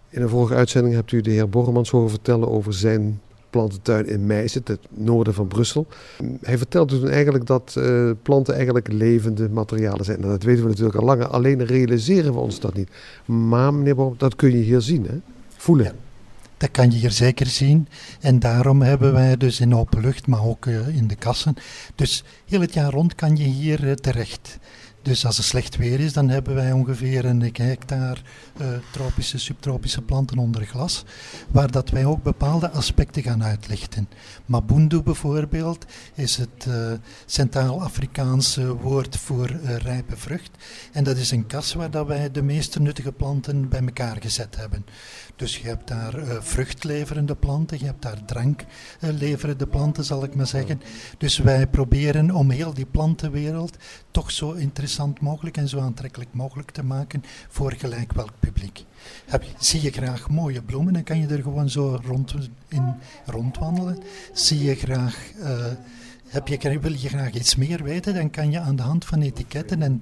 In een vorige uitzending hebt u de heer Borgemans horen vertellen over zijn plantentuin in Meissen, het noorden van Brussel. Hij vertelde toen eigenlijk dat planten eigenlijk levende materialen zijn. Nou, dat weten we natuurlijk al langer, alleen realiseren we ons dat niet. Maar meneer Borgemans, dat kun je hier zien, hè? Voelen. Ja, dat kan je hier zeker zien. En daarom hebben wij dus in open lucht, maar ook in de kassen. Dus heel het jaar rond kan je hier terecht. Dus als het slecht weer is, dan hebben wij ongeveer een hectare tropische, subtropische planten onder glas, waar dat wij ook bepaalde aspecten gaan uitlichten. Mabundu bijvoorbeeld is het Centraal-Afrikaanse woord voor rijpe vrucht. En dat is een kas waar dat wij de meeste nuttige planten bij elkaar gezet hebben. Dus je hebt daar vruchtleverende planten, je hebt daar drankleverende planten, zal ik maar zeggen. Dus wij proberen om heel die plantenwereld toch zo interessant mogelijk en zo aantrekkelijk mogelijk te maken voor gelijk welk publiek. Zie je graag mooie bloemen, dan kan je er gewoon zo rondwandelen. Zie je graag... wil je graag iets meer weten, dan kan je aan de hand van etiketten en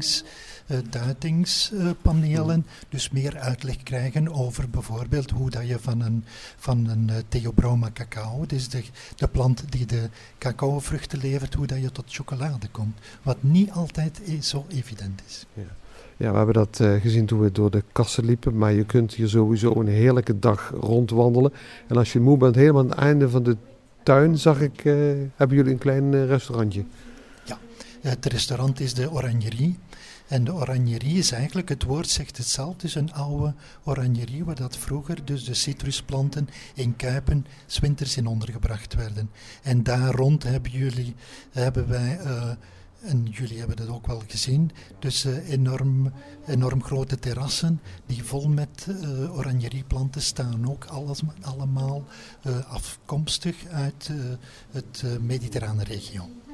duidingspanelen dus meer uitleg krijgen over bijvoorbeeld hoe dat je van een Theobroma cacao, dus de plant die de cacaovruchten levert, hoe dat je tot chocolade komt. Wat niet altijd zo evident is. Ja, we hebben dat gezien toen we door de kassen liepen, maar je kunt hier sowieso een heerlijke dag rondwandelen. En als je moe bent, helemaal aan het einde van de tuin, zag ik, hebben jullie een klein restaurantje? Ja, het restaurant is de Oranjerie. En de Oranjerie is eigenlijk, het woord zegt het zelf, het is een oude oranjerie waar dat vroeger dus de citrusplanten in kuipen 's winters in ondergebracht werden. En daar rond hebben wij... en jullie hebben dat ook wel gezien. Dus enorm grote terrassen die vol met oranjerieplanten staan. Ook allemaal afkomstig uit het mediterrane regio.